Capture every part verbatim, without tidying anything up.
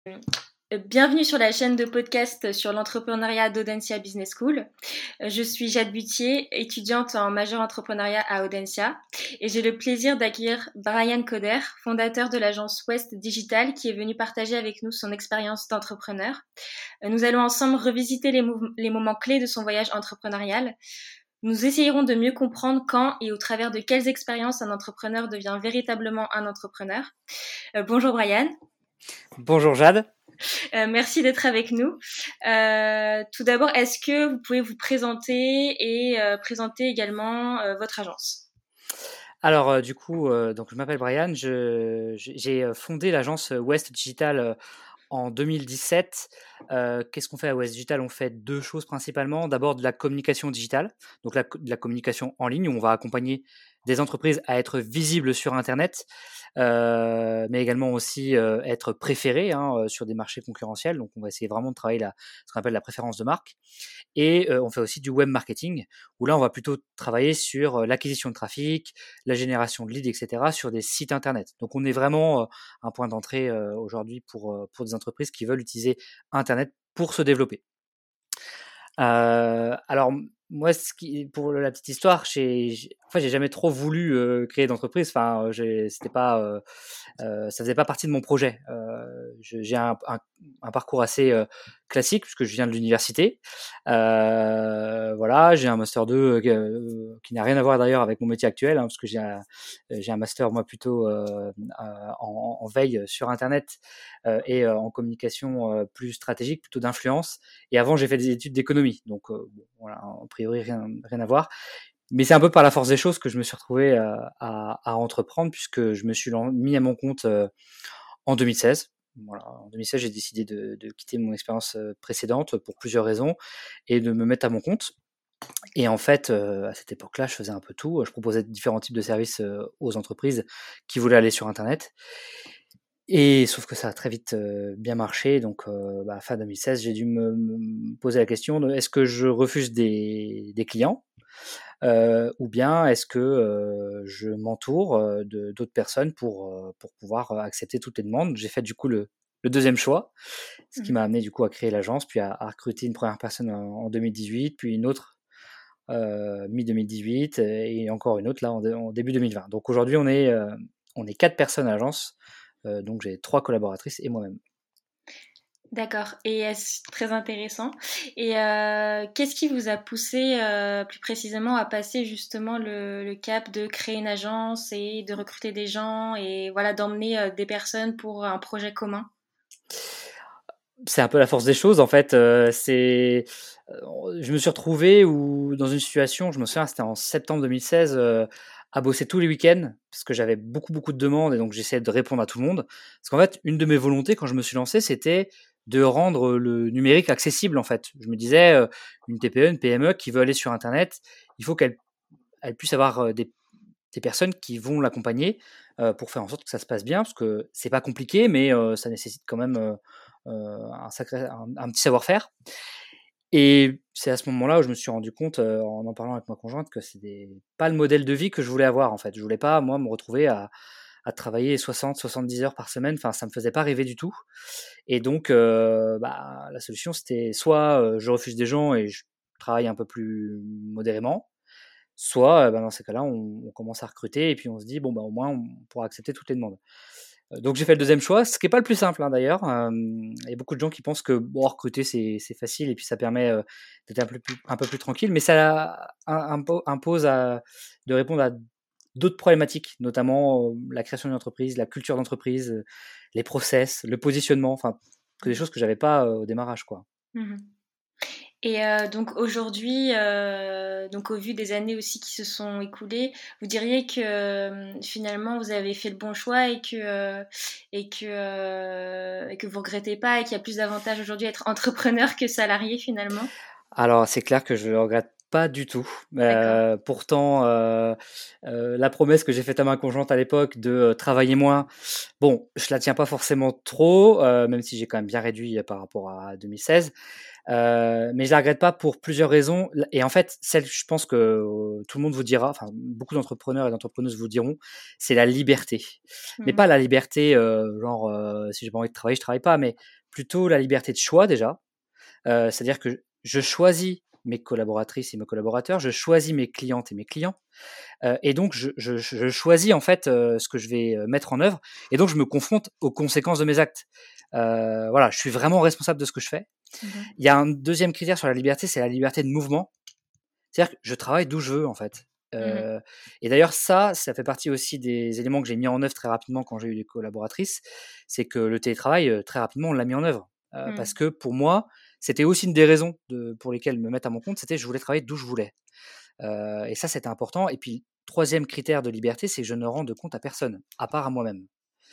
Bienvenue sur la chaîne de podcast sur l'entrepreneuriat d'Audencia Business School. Je suis Jade Butier, étudiante en majeur entrepreneuriat à Audencia, et j'ai le plaisir d'accueillir Brian Coder, fondateur de l'agence West Digital, qui est venu partager avec nous son expérience d'entrepreneur. Nous allons ensemble revisiter les, mou- les moments clés de son voyage entrepreneurial. Nous essayerons de mieux comprendre quand et au travers de quelles expériences un entrepreneur devient véritablement un entrepreneur. Euh, bonjour Brian. Bonjour Jade. Euh, merci d'être avec nous. Euh, tout d'abord, est-ce que vous pouvez vous présenter et euh, présenter également euh, votre agence? Alors euh, du coup, euh, donc je m'appelle Brian. Je, j'ai fondé l'agence West Digital euh, en deux mille dix-sept. Euh, qu'est-ce qu'on fait à West Digital? On fait deux choses principalement. D'abord de la communication digitale, donc la, de la communication en ligne où on va accompagner des entreprises à être visibles sur Internet, euh, mais également aussi euh, être préférées hein, sur des marchés concurrentiels. Donc on va essayer vraiment de travailler la, ce qu'on appelle la préférence de marque. Et euh, on fait aussi du web marketing, où là, on va plutôt travailler sur euh, l'acquisition de trafic, la génération de leads, et cetera, sur des sites Internet. Donc, on est vraiment euh, un point d'entrée euh, aujourd'hui pour, euh, pour des entreprises qui veulent utiliser Internet pour se développer. Euh, alors, moi, ce qui, pour la petite histoire, j'ai, j'ai, en fait, j'ai jamais trop voulu euh, créer d'entreprise. Enfin, j'ai, c'était pas, euh, euh, ça faisait pas partie de mon projet. Euh, je, j'ai un, un, un parcours assez euh, classique puisque je viens de l'université. Euh, voilà, j'ai un master deux euh, qui n'a rien à voir d'ailleurs avec mon métier actuel, hein, parce que j'ai un, j'ai un master moi plutôt euh, en, en veille sur Internet euh, et euh, en communication euh, plus stratégique, plutôt d'influence. Et avant, j'ai fait des études d'économie, donc euh, bon, voilà, a priori rien, rien à voir. Mais c'est un peu par la force des choses que je me suis retrouvé euh, à, à entreprendre, puisque je me suis mis à mon compte euh, en deux mille seize. Voilà, en deux mille seize, j'ai décidé de, de quitter mon expérience euh, précédente pour plusieurs raisons et de me mettre à mon compte. Et en fait, euh, à cette époque-là, je faisais un peu tout. Je proposais différents types de services euh, aux entreprises qui voulaient aller sur Internet. Et sauf que ça a très vite euh, bien marché. Donc, euh, bah, fin deux mille seize, j'ai dû me, me poser la question de est-ce que je refuse des, des clients euh, ou bien est-ce que euh, je m'entoure euh, de d'autres personnes pour, euh, pour pouvoir euh, accepter toutes les demandes. J'ai fait du coup le, le deuxième choix, ce qui Mhm. m'a amené du coup à créer l'agence, puis à, à recruter une première personne en, en deux mille dix-huit, puis une autre euh, mi-deux mille dix-huit et encore une autre là en, en début deux mille vingt. Donc aujourd'hui on est, euh, on est quatre personnes à l'agence, euh, donc j'ai trois collaboratrices et moi-même. D'accord, et euh, c'est très intéressant. Et euh, qu'est-ce qui vous a poussé euh, plus précisément à passer justement le, le cap de créer une agence et de recruter des gens et voilà d'emmener euh, des personnes pour un projet commun? C'est un peu la force des choses en fait. Euh, c'est, euh, je me suis retrouvé où, dans une situation, je me souviens, c'était en septembre deux mille seize, euh, à bosser tous les week-ends parce que j'avais beaucoup beaucoup de demandes et donc j'essayais de répondre à tout le monde. Parce qu'en fait, une de mes volontés quand je me suis lancé, c'était de rendre le numérique accessible en fait. Je me disais, euh, une T P E, une P M E qui veut aller sur Internet, il faut qu'elle elle puisse avoir euh, des des personnes qui vont l'accompagner euh, pour faire en sorte que ça se passe bien, parce que c'est pas compliqué, mais euh, ça nécessite quand même euh, euh, un, sacré, un, un petit savoir-faire. Et c'est à ce moment-là où je me suis rendu compte, euh, en en parlant avec ma conjointe, que c'était pas le modèle de vie que je voulais avoir en fait. Je voulais pas, moi, me retrouver à, à travailler soixante, soixante-dix heures par semaine. Enfin, ça me faisait pas rêver du tout. Et donc, euh, bah, la solution, c'était soit euh, je refuse des gens et je travaille un peu plus modérément, soit, euh, bah, dans ces cas-là, on, on commence à recruter et puis on se dit, bon, bah, au moins, on pourra accepter toutes les demandes. Euh, Donc j'ai fait le deuxième choix, ce qui n'est pas le plus simple hein, d'ailleurs. Euh, Il y a beaucoup de gens qui pensent que bon, recruter c'est, c'est facile et puis ça permet euh, d'être un peu, plus, un peu plus tranquille, mais ça impo- impose à, de répondre à d'autres problématiques, notamment euh, la création d'une entreprise, la culture d'entreprise, euh, les process, le positionnement, enfin que des choses que j'avais pas euh, au démarrage quoi. Mhm. Et euh, donc aujourd'hui, euh, donc au vu des années aussi qui se sont écoulées, vous diriez que euh, finalement vous avez fait le bon choix et que euh, et que euh, et que vous regrettez pas et qu'il y a plus d'avantages aujourd'hui à être entrepreneur que salarié finalement. Alors c'est clair que je regrette Pas du tout. D'accord. Heu, pourtant, heu heu, la promesse que j'ai faite à ma conjointe à l'époque de, heu, travailler moins, bon, je la tiens pas forcément trop, heu, même si j'ai quand même bien réduit, heu, par rapport à deux mille seize. Heu, mais je la regrette pas pour plusieurs raisons. L et en fait, celle je pense que, heu, tout le monde vous dira, enfin beaucoup d'entrepreneurs et d'entrepreneuses vous diront, c'est la liberté. Mais Mmh. pas la liberté, heu, genre, heu, si j'ai pas envie de travailler, je travaille pas, mais plutôt la liberté de choix déjà. Heu, c'est-à-dire que je choisis mes collaboratrices et mes collaborateurs, je choisis mes clientes et mes clients, heu et donc je je je choisis en fait, heu, ce que je vais, heu, mettre en œuvre et donc je me confronte aux conséquences de mes actes. Heu, voilà, je suis vraiment responsable de ce que je fais. Mmh. Il y a un deuxième critère sur la liberté, c'est la liberté de mouvement. C'est-à-dire que je travaille d'où je veux en fait, Mmh. heu et d'ailleurs ça, ça fait partie aussi des éléments que j'ai mis en œuvre très rapidement quand j'ai eu des collaboratrices. C'est que le télétravail, heu, très rapidement, on l'a mis en œuvre, heu, Mmh. parce que pour moi, c'était aussi une des raisons de pour lesquelles me mettre à mon compte, c'était je voulais travailler d'où je voulais, heu et ça, c'était important et puis troisième critère de liberté, c'est que je ne rends de compte à personne, à part à moi-même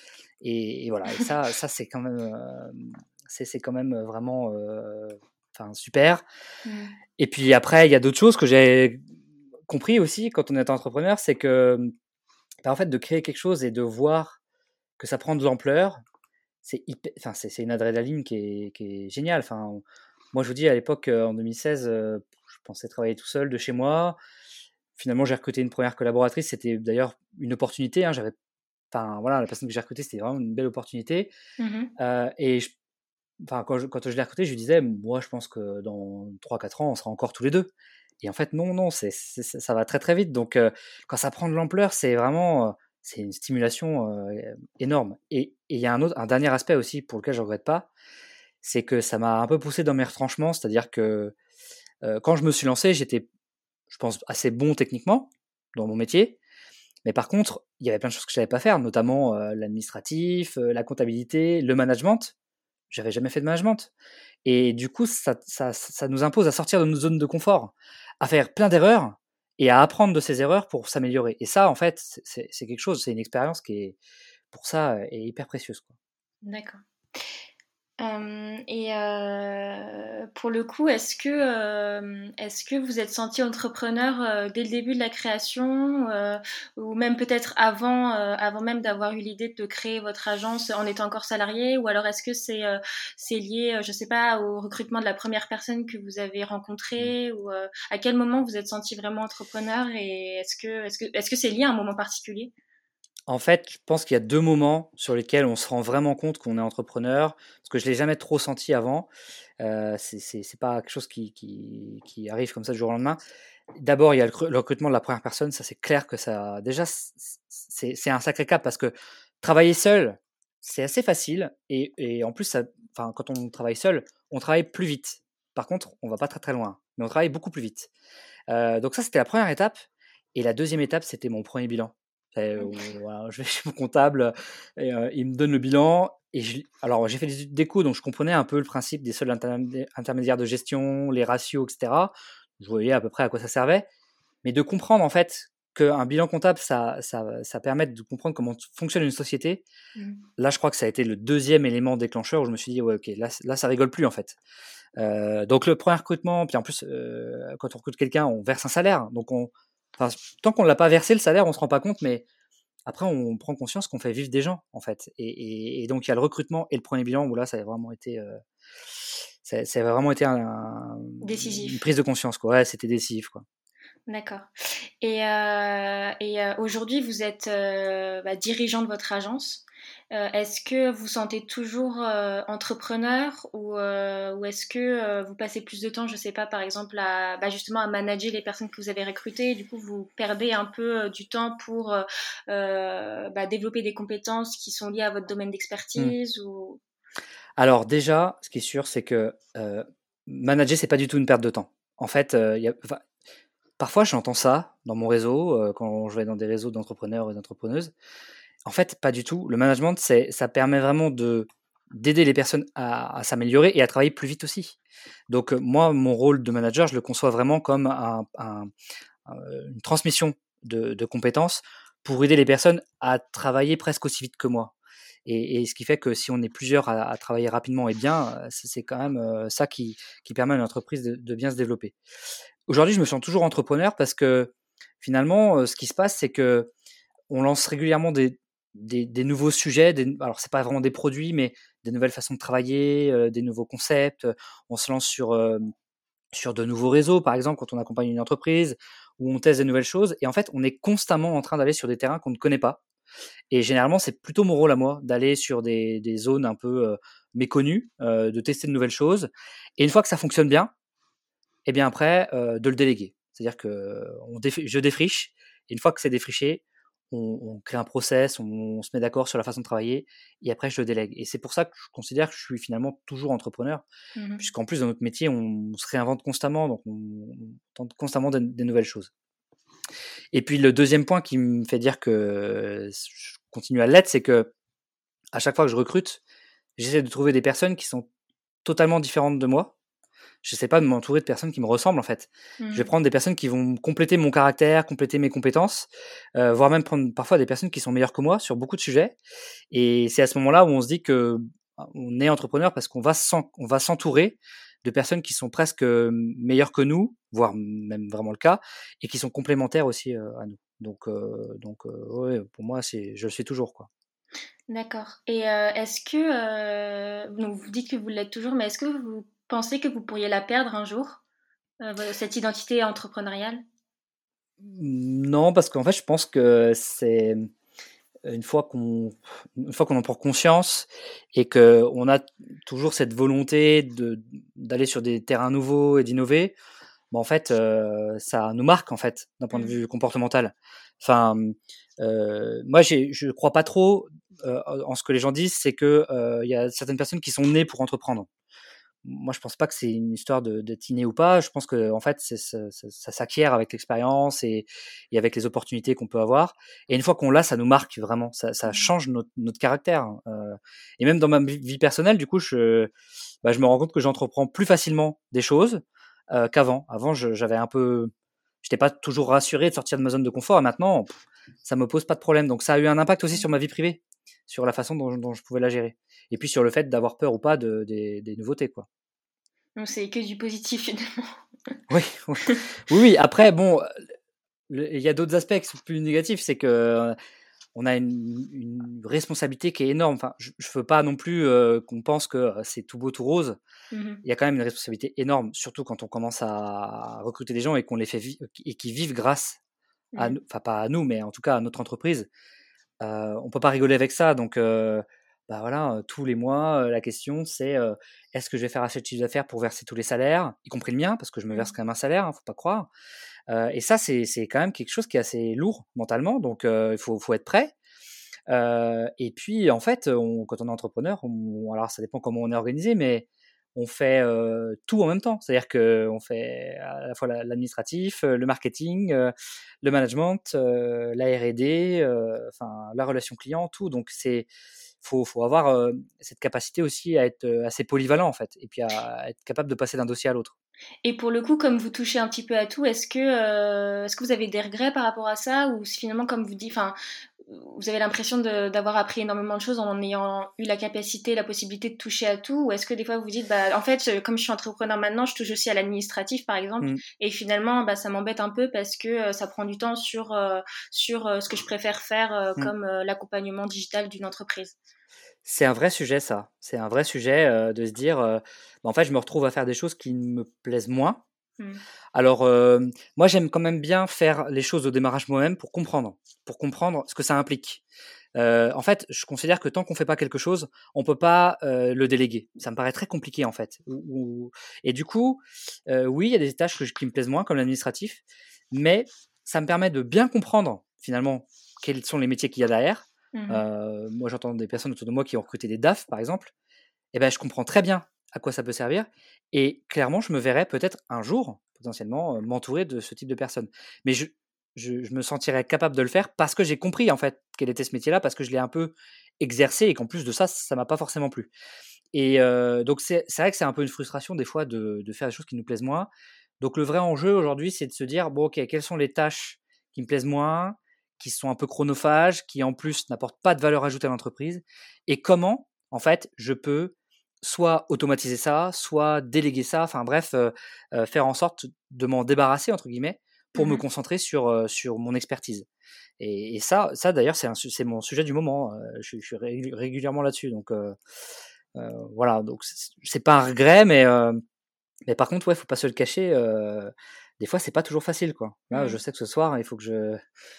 et et voilà et ça ça c'est quand même, hem, c'est c'est quand même, vraiment, heu, enfin super Mmh. et puis après, il y a d'autres choses que j'ai compris aussi quand on est entrepreneur, c'est que, mmh, bah, en fait, de créer quelque chose et de voir que ça prend de l'ampleur, c'est hyp enfin, c'est c'est une adrénaline qui est qui est géniale. Enfin, moi, je vous dis à l'époque, heu, en deux mille seize, heu, je pensais travailler tout seul de chez moi. Finalement, j'ai recruté une première collaboratrice, c'était d'ailleurs une opportunité, hein, j'avais enfin, voilà, la personne que j'ai recrutée, c'était vraiment une belle opportunité, Mmh. heu et je enfin, quand je quand je l'ai recruté, je lui disais: «Moi, je pense que dans trois quatre ans, on sera encore tous les deux. Et en fait, non, non, c'est c'est ça ça va très, très vite. Donc, heu, quand ça prend de l'ampleur, c'est vraiment, heu, c'est une stimulation, heu, énorme. Et et il y a un autre un dernier aspect aussi pour lequel je regrette pas, c'est que ça m'a un peu poussé dans mes retranchements. C'est-à-dire que, heu, quand je me suis lancé, j'étais, je pense, assez bon techniquement dans mon métier. Mais par contre, il y avait plein de choses que je savais pas faire, notamment, heu, l'administratif, heu, la comptabilité, le management. J'avais jamais fait de management. Et du coup, ça ça ça nous impose à sortir de notre zone de confort, à faire plein d'erreurs et à apprendre de ces erreurs pour s'améliorer. Et ça, en fait, c'est c'est c'est quelque chose, c'est une expérience qui est, pour ça, heu, est hyper précieuse, quoi. D'accord. Hem et heu, pour le coup, est-ce que, hem, est-ce que vous êtes senti entrepreneur, heu, dès le début de la création, heu, ou même peut-être avant, heu, avant même d'avoir eu l'idée de créer votre agence en étant encore salarié? Ou alors est-ce que c'est, heu, c'est lié, heu, je sais pas, au recrutement de la première personne que vous avez Mmh. rencontrée? Ou, heu, à quel moment vous êtes senti vraiment entrepreneur et est-ce que est-ce que est-ce que c'est lié à un moment particulier? En fait, je pense qu'il y a deux moments sur lesquels on se rend vraiment compte qu'on est entrepreneur, parce que je l'ai jamais trop senti avant. Heu, c'est c'est c'est pas quelque chose qui qui qui arrive comme ça du jour au lendemain. D'abord, il y a le cre le recrutement de la première personne, ça c'est clair que ça déjà c c c'est c'est un sacré cap parce que travailler seul, c'est assez facile et et en plus ça enfin quand on travaille seul, on travaille plus vite. Par contre, on va pas très, très loin, mais on travaille beaucoup plus vite. Heu, donc ça, c'était la première étape et la deuxième étape, c'était mon premier bilan. C'est Mmh. où voilà, je vais chez mon comptable et heu, il me donne le bilan et je alors j'ai fait des études d'éco, donc je comprenais un peu le principe des seuils intermé intermédiaires de gestion, les ratios et cetera. Je voyais à peu près à quoi ça servait, mais de comprendre en fait qu'un bilan comptable, ça ça ça permet de comprendre comment fonctionne une société. Mmh. Là, je crois que ça a été le deuxième élément déclencheur où je me suis dit: «Ouais, OK, là là, ça rigole plus en fait». Heu, donc le premier recrutement, puis en plus, heu, quand on recrute quelqu'un, on verse un salaire, donc on enfin, tant qu'on ne l'a pas versé le salaire, on se rend pas compte, mais après on prend conscience qu'on fait vivre des gens, en fait. Et et et donc il y a le recrutement et le premier bilan où là, ça a vraiment été, heu, ça ça a vraiment été un une Décisif. prise de conscience, quoi. Ouais, c'était décisif, quoi. D'accord. Et, heu et heu, aujourd'hui, vous êtes, heu, bah, dirigeant de votre agence. Heu, est-ce que vous sentez toujours, heu, entrepreneur ou, heu, ou est-ce que, heu, vous passez plus de temps, je sais pas, par exemple à, bah, justement à manager les personnes que vous avez recrutées et du coup vous perdez un peu, heu, du temps pour, heu heu, bah, développer des compétences qui sont liées à votre domaine Mmh. d'expertise ou Alors déjà, ce qui est sûr, c'est que, heu, manager, c'est pas du tout une perte de temps. En fait, heu, il y a enfin, parfois j'entends ça dans mon réseau, heu, quand je vais dans des réseaux d'entrepreneurs et d'entrepreneuses. En fait, pas du tout. Le management, c'est ça permet vraiment de d'aider les personnes à à s'améliorer et à travailler plus vite aussi. Donc, heu, moi, mon rôle de manager, je le conçois vraiment comme un un, heu, une transmission de de compétences pour aider les personnes à travailler presque aussi vite que moi. Et, et ce qui fait que si on est plusieurs à, à travailler rapidement et bien, c'est, c'est quand même euh, ça qui, qui permet à une entreprise de, de bien se développer. Aujourd'hui, je me sens toujours entrepreneur parce que finalement, euh, ce qui se passe, c'est que on lance régulièrement des, des, des nouveaux sujets. Des, alors, c'est pas vraiment des produits, mais des nouvelles façons de travailler, euh, des nouveaux concepts. On se lance sur, euh, sur de nouveaux réseaux, par exemple, quand on accompagne une entreprise, où on teste des nouvelles choses. Et en fait, on est constamment en train d'aller sur des terrains qu'on ne connaît pas. Et généralement, c'est plutôt mon rôle à moi d'aller sur des, des zones un peu euh, méconnues, euh, de tester de nouvelles choses. Et une fois que ça fonctionne bien, et bien après, euh, de le déléguer. C'est-à-dire que on déf- je défriche, et une fois que c'est défriché, on, on crée un process, on, on se met d'accord sur la façon de travailler, et après je le délègue. Et c'est pour ça que je considère que je suis finalement toujours entrepreneur, Mhm. puisqu'en plus dans notre métier, on, se réinvente constamment, donc on, on tente constamment des, des nouvelles choses. Et puis le deuxième point qui me fait dire que je continue à l'être, c'est que à chaque fois que je recrute, j'essaie de trouver des personnes qui sont totalement différentes de moi. Je sais pas de m'entourer de personnes qui me ressemblent en fait. Je vais Mhm. prendre des personnes qui vont compléter mon caractère, compléter mes compétences, euh, voire même prendre parfois des personnes qui sont meilleures que moi sur beaucoup de sujets. Et c'est à ce moment-là où on se dit que on est entrepreneur parce qu'on va s'en- on va s'entourer de personnes qui sont presque meilleures que nous, voire même vraiment le cas, et qui sont complémentaires aussi euh, à nous. Donc, euh, donc euh, ouais, pour moi, c'est, je le suis toujours quoi. D'accord. Et euh, est-ce que, euh, donc vous dites que vous l'êtes toujours, mais est-ce que vous pensez que vous pourriez la perdre un jour, euh, cette identité entrepreneuriale? Non, parce qu'en fait, je pense que c'est une fois qu'on une fois qu'on en prend conscience et que on a toujours cette volonté de d'aller sur des terrains nouveaux et d'innover, bah en fait, euh, ça nous marque en fait d'un point de Mhm. vue comportemental. Enfin, euh, moi, j'ai, je crois pas trop euh, en ce que les gens disent, c'est que euh, il y a certaines personnes qui sont nées pour entreprendre. Moi, je pense pas que c'est une histoire de, d'être inné ou pas. Je pense que en fait, c'est, ça, ça, ça s'acquiert avec l'expérience et, et avec les opportunités qu'on peut avoir. Et une fois qu'on l'a, ça nous marque vraiment. Ça, ça Mhm. change notre, notre caractère. Euh, et même dans ma vie personnelle, du coup, je, bah, je me rends compte que j'entreprends plus facilement des choses euh, qu'avant. Avant, je, j'avais un peu, j'étais pas toujours rassuré de sortir de ma zone de confort. Et maintenant, pff, ça me pose pas de problème. Donc, ça a eu un impact aussi sur ma vie privée, sur la façon dont, dont je pouvais la gérer. Et puis sur le fait d'avoir peur ou pas de, des, des nouveautés, quoi. Donc c'est que du positif finalement. Oui, oui, oui, oui. Après, bon, le- il y a d'autres aspects qui sont plus négatifs, c'est que euh, on a une, une responsabilité qui est énorme. Enfin, je, je veux pas non plus euh, qu'on pense que euh, c'est tout beau tout rose. Mhm. Il y a quand même une responsabilité énorme, surtout quand on commence à recruter des gens et qu'on les fait vivre et qui vivent grâce à Mhm. nous, enfin pas à nous, mais en tout cas à notre entreprise. Euh, on peut pas rigoler avec ça. Donc, euh, bah voilà, euh, tous les mois, euh, la question c'est euh, est-ce que je vais faire assez de chiffre d'affaires pour verser tous les salaires, y compris le mien, parce que je me verse Mhm. quand même un salaire, hein, faut pas croire. Euh, et ça, c'est, c'est quand même quelque chose qui est assez lourd mentalement, donc euh, il faut, faut être prêt. Euh, et puis, en fait, on, quand on est entrepreneur, on, alors ça dépend comment on est organisé, mais on fait euh, tout en même temps. C'est-à-dire qu'on fait à la fois la- l'administratif, euh, le marketing, euh, le management, euh, la R et D, euh, enfin la relation client, tout. Donc c'est faut, faut avoir euh, cette capacité aussi à être euh, assez polyvalent en fait, et puis à être capable de passer d'un dossier à l'autre. Et pour le coup, comme vous touchez un petit peu à tout, est-ce que, euh, est-ce que vous avez des regrets par rapport à ça ou finalement, comme vous dites, enfin, vous avez l'impression de- d'avoir appris énormément de choses en ayant eu la capacité, la possibilité de toucher à tout? Ou est-ce que des fois vous vous dites, bah, en fait, je- comme je suis entrepreneur maintenant, je touche aussi à l'administratif, par exemple, Mm, et finalement, bah, ça m'embête un peu parce que euh, ça prend du temps sur, euh, sur euh, ce que je préfère faire, euh, mm. comme euh, l'accompagnement digital d'une entreprise. C'est un vrai sujet, ça. C'est un vrai sujet euh, de se dire, euh, bah, en fait, je me retrouve à faire des choses qui me plaisent moins. Mm. Alors, euh, moi, j'aime quand même bien faire les choses au démarrage moi-même pour comprendre, pour comprendre ce que ça implique. Euh, en fait, je considère que tant qu'on fait pas quelque chose, on peut pas euh, le déléguer. Ça me paraît très compliqué, en fait. Ou- ou- Et du coup, euh, oui, il y a des tâches que je- qui me plaisent moins, comme l'administratif, mais ça me permet de bien comprendre, finalement, quels sont les métiers qu'il y a derrière. Mhm. Euh, moi, j'entends des personnes autour de moi qui ont recruté des D A F, par exemple. Eh ben, je comprends très bien à quoi ça peut servir. Et clairement, je me verrais peut-être un jour, potentiellement, euh, m'entourer de ce type de personnes. Mais je, je, je me sentirais capable de le faire parce que j'ai compris, en fait, quel était ce métier-là, parce que je l'ai un peu exercé et qu'en plus de ça, ça m'a pas forcément plu. Et euh, donc, c'est c'est vrai que c'est un peu une frustration, des fois, de, de faire des choses qui nous plaisent moins. Donc, le vrai enjeu aujourd'hui, c'est de se dire, bon, OK, quelles sont les tâches qui me plaisent moins, qui sont un peu chronophages, qui en plus n'apportent pas de valeur ajoutée à l'entreprise, et comment, en fait, je peux soit automatiser ça, soit déléguer ça, enfin bref, euh, euh, faire en sorte de m'en débarrasser, entre guillemets, pour me Mmh. concentrer sur, euh, sur mon expertise. Et, et ça, ça d'ailleurs, c'est, un, su- c'est mon sujet du moment. euh, je, je suis ré- régulièrement là-dessus. Donc euh, euh, voilà, donc c'est, c'est pas un regret, mais, euh, mais par contre, ouais, faut pas se le cacher. euh, des fois, c'est pas toujours facile, quoi. Là, je Mmh. sais que ce soir, il faut que je,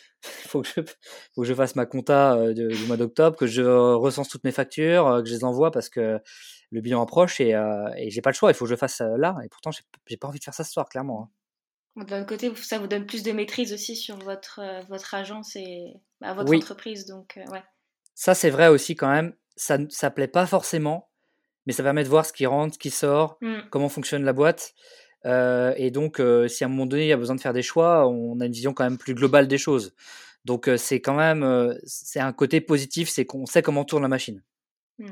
il faut que je, faut que je fasse ma compta euh, de- du mois d'octobre, que je recense toutes mes factures, euh, que je les envoie parce que le bilan approche et, euh, et j'ai pas le choix. Il faut que je le fasse euh, là. Et pourtant, j'ai, j'ai pas envie de faire ça ce soir, clairement. hein. De l'autre côté, ça vous donne plus de maîtrise aussi sur votre, euh, votre agence et bah, votre Oui, entreprise. Donc, euh, ouais. ça c'est vrai aussi quand même. Ça, ça plaît pas forcément, mais ça permet de voir ce qui rentre, ce qui sort, Mm. comment fonctionne la boîte. Euh, et donc, euh, si à un moment donné, il y a besoin de faire des choix, on a une vision quand même plus globale des choses. Donc, euh, c'est quand même, euh, c'est un côté positif, c'est qu'on sait comment tourne la machine. Mm.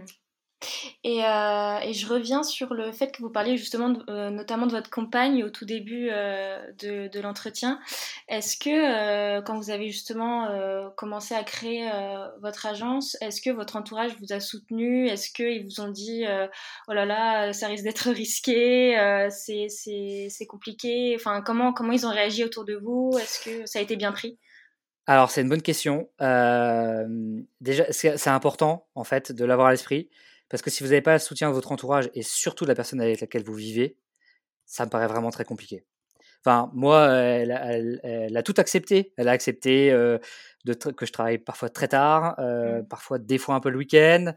Et, euh, et je reviens sur le fait que vous parliez justement de- euh, notamment de votre compagne au tout début euh, de, de l'entretien. Est-ce que euh, quand vous avez justement euh, commencé à créer euh, votre agence, est-ce que votre entourage vous a soutenu? Est-ce qu'ils vous ont dit euh, oh là là, ça risque d'être risqué, euh, c'est, c'est, c'est compliqué? Enfin, comment, comment ils ont réagi autour de vous? Est-ce que ça a été bien pris? Alors, c'est une bonne question. Euh, déjà, c'est, c'est important, en fait, de l'avoir à l'esprit. Parce que si vous n'avez pas le soutien de votre entourage et surtout de la personne avec laquelle vous vivez, ça me paraît vraiment très compliqué. Enfin, moi, elle, a- elle- elle a tout accepté. Elle a accepté euh, de tr- que je travaille parfois très tard, euh, Mm. parfois des fois un peu le week-end,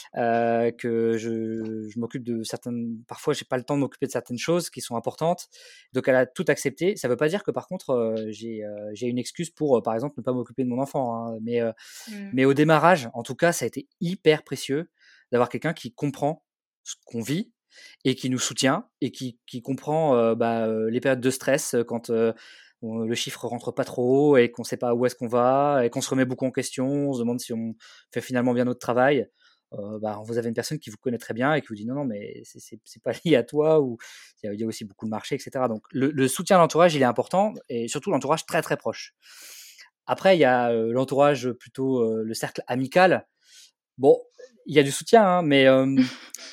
euh, que je, je m'occupe de certaines. Parfois, j'ai pas le temps de m'occuper de certaines choses qui sont importantes. Donc, elle a tout accepté. Ça veut pas dire que par contre, euh, j'ai euh, j'ai une excuse pour, euh, par exemple, ne pas m'occuper de mon enfant. hein. Mais euh, Mm. mais au démarrage, en tout cas, ça a été hyper précieux d'avoir quelqu'un qui comprend ce qu'on vit et qui nous soutient et qui, qui comprend euh, bah, euh, les périodes de stress euh, quand euh, on- le chiffre rentre pas trop et qu'on sait pas où est-ce qu'on va et qu'on se remet beaucoup en question, on se demande si on fait finalement bien notre travail. Euh, bah, vous avez une personne qui vous connaît très bien et qui vous dit non, non, mais c'est, c'est, c'est pas lié à toi ou il y, a- il y a aussi beaucoup de marché, et cetera. Donc le, le soutien à l'entourage, il est important et surtout l'entourage très très proche. Après, il y a euh, l'entourage plutôt euh, le cercle amical. Bon, il y a du soutien, hein, mais euh,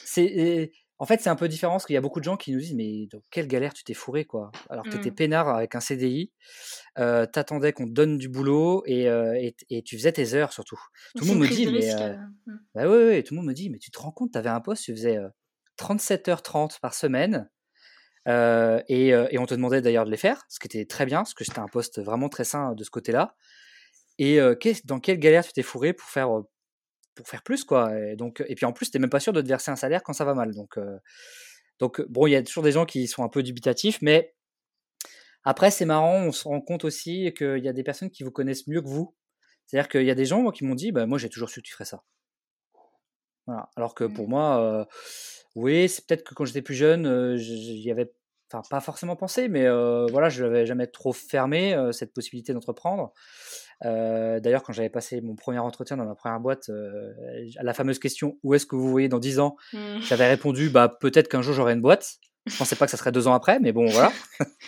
c'est en fait c'est un peu différent parce qu'il y a beaucoup de gens qui nous disent mais dans quelle galère tu t'es fourré quoi. Alors que tu étais Mm. peinard avec un C D I, euh, t'attendais qu'on te donne du boulot et, euh, et, et tu faisais tes heures surtout. Tout le C'est monde une me prise dit de mais risque. euh, euh, mm. bah ouais, ouais, tout le monde me dit mais tu te rends compte, tu avais un poste, tu faisais euh, trente-sept heures trente par semaine. euh, et, euh, et on te demandait d'ailleurs de les faire, ce qui était très bien, parce que c'était un poste vraiment très sain de ce côté-là. Et euh, qu'est- dans quelle galère tu t'es fourré pour faire euh, pour faire plus quoi. Et donc et puis en plus t'es même pas sûr de te verser un salaire quand ça va mal. Donc euh, donc bon, il y a toujours des gens qui sont un peu dubitatifs, mais après c'est marrant, on se rend compte aussi qu'il y a des personnes qui vous connaissent mieux que vous. C'est-à-dire qu'il y a des gens moi, qui m'ont dit bah moi j'ai toujours su que tu ferais ça. Voilà. Alors que pour Mm. moi, euh, oui, c'est peut-être que quand j'étais plus jeune, euh, j'y avais, enfin pas forcément pensé, mais euh, voilà, je l'avais jamais trop fermé euh, cette possibilité d'entreprendre. Euh, D'ailleurs, quand j'avais passé mon premier entretien dans ma première boîte, euh, à la fameuse question où est-ce que vous voyez dans dix ans, Mm. j'avais répondu bah peut-être qu'un jour j'aurai une boîte. Je pensais pas que ça serait deux ans après, mais bon voilà.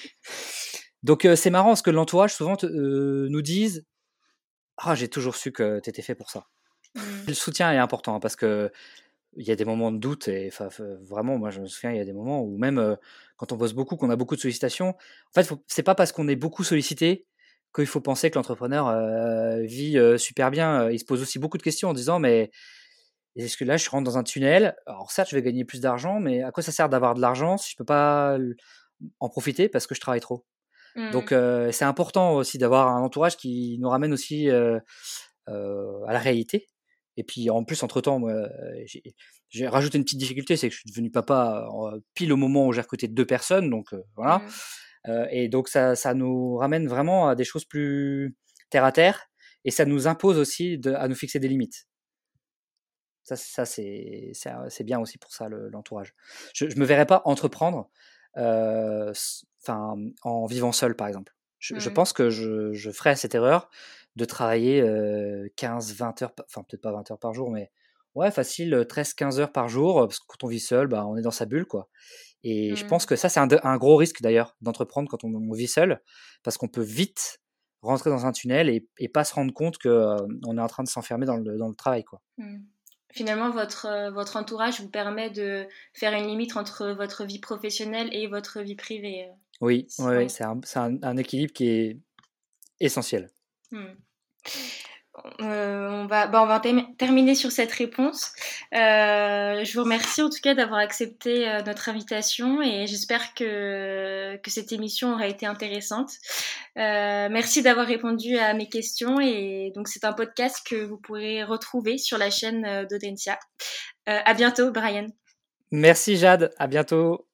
Donc euh, c'est marrant parce que l'entourage souvent te- euh, nous disent ah j'ai toujours su que tu étais fait pour ça. Mm. Le soutien est important hein, parce que il y a des moments de doute et enfin, f- vraiment, moi je me souviens, il y a des moments où même euh, quand on bosse beaucoup, qu'on a beaucoup de sollicitations, en fait, faut- c'est pas parce qu'on est beaucoup sollicité qu'il faut penser que l'entrepreneur euh, vit euh, super bien. Euh, Il se pose aussi beaucoup de questions en disant, mais est-ce que là, je rentre dans un tunnel? Alors certes, je vais gagner plus d'argent, mais à quoi ça sert d'avoir de l'argent si je peux pas l- en profiter parce que je travaille trop? Mm. Donc euh, c'est important aussi d'avoir un entourage qui nous ramène aussi euh, euh, à la réalité. Et puis en plus, entre-temps, moi, euh, j'ai, j'ai rajouté une petite difficulté, c'est que je suis devenu papa euh, pile au moment où j'ai recruté deux personnes, donc euh, voilà. Mm. Euh, et donc ça, ça nous ramène vraiment à des choses plus terre à terre, et ça nous impose aussi de, à nous fixer des limites. Ça, ça c'est, c'est, c'est bien aussi pour ça le- l'entourage. Je, je me verrais pas entreprendre, euh, s- enfin, en vivant seul, par exemple. Je, je Mm. pense que je, je ferais cette erreur de travailler euh, quinze vingt heures, pa- enfin peut-être pas vingt heures par jour, mais ouais, facile, euh, treize quinze heures par jour, euh, parce que quand on vit seul, bah, on est dans sa bulle, quoi. Et je pense Mm. que ça, c'est un, de- un gros risque d'ailleurs d'entreprendre quand on, on vit seul, parce qu'on peut vite rentrer dans un tunnel et, et pas se rendre compte qu'on euh, est en train de s'enfermer dans le, dans le travail, quoi. Mmh. Finalement, votre, euh, votre entourage vous permet de faire une limite entre votre vie professionnelle et votre vie privée. Oui, C'est- ouais, ouais. ouais, c'est, un, c'est un, un équilibre qui est essentiel. Mmh. Euh, on va, bah, on va tem- terminer sur cette réponse. Euh, je vous remercie en tout cas d'avoir accepté euh, notre invitation et j'espère que, que cette émission aura été intéressante. Euh, merci d'avoir répondu à mes questions et donc c'est un podcast que vous pourrez retrouver sur la chaîne euh, d'Audencia. Euh, à bientôt, Brian. Merci Jade, à bientôt.